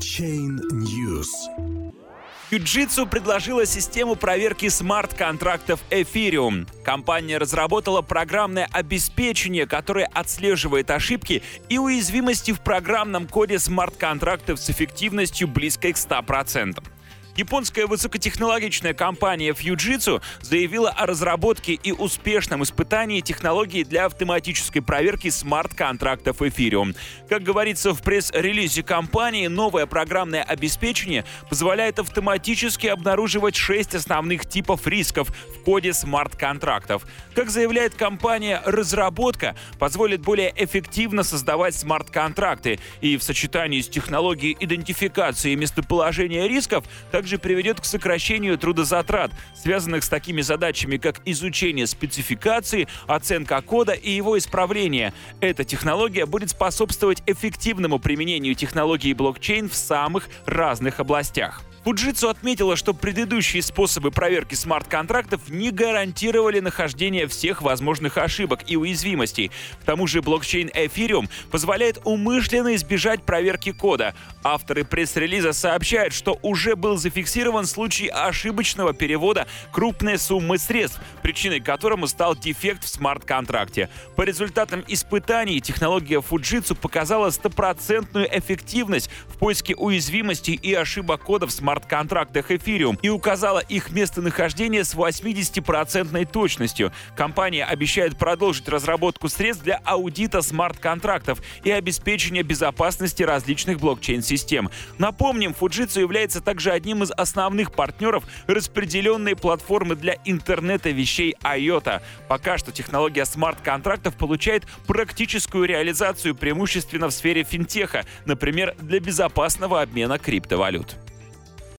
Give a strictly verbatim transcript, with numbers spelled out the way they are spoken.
Blockchain News. Fujitsu предложила систему проверки смарт-контрактов Ethereum. Компания разработала программное обеспечение, которое отслеживает ошибки и уязвимости в программном коде смарт-контрактов с эффективностью близкой к ста процентам. Японская высокотехнологичная компания Fujitsu заявила о разработке и успешном испытании технологии для автоматической проверки смарт-контрактов Ethereum. Как говорится в пресс-релизе компании, новое программное обеспечение позволяет автоматически обнаруживать шесть основных типов рисков в коде смарт-контрактов. Как заявляет компания, разработка позволит более эффективно создавать смарт-контракты и в сочетании с технологией идентификации местоположения рисков также приведет к сокращению трудозатрат, связанных с такими задачами, как изучение спецификации, оценка кода и его исправление. Эта технология будет способствовать эффективному применению технологии блокчейн в самых разных областях. Fujitsu отметила, что предыдущие способы проверки смарт-контрактов не гарантировали нахождение всех возможных ошибок и уязвимостей. К тому же блокчейн Ethereum позволяет умышленно избежать проверки кода. Авторы пресс-релиза сообщают, что уже был зафиксирован случай ошибочного перевода крупной суммы средств, причиной которому стал дефект в смарт-контракте. По результатам испытаний технология Fujitsu показала стопроцентную эффективность в поиске уязвимостей и ошибок кода в смарт-контрактах. смарт-контрактах Ethereum и указала их местонахождение с восьмидесятипроцентной точностью. Компания обещает продолжить разработку средств для аудита смарт-контрактов и обеспечения безопасности различных блокчейн-систем. Напомним, Fujitsu является также одним из основных партнеров распределенной платформы для интернета вещей айота. Пока что технология смарт-контрактов получает практическую реализацию преимущественно в сфере финтеха, например, для безопасного обмена криптовалют.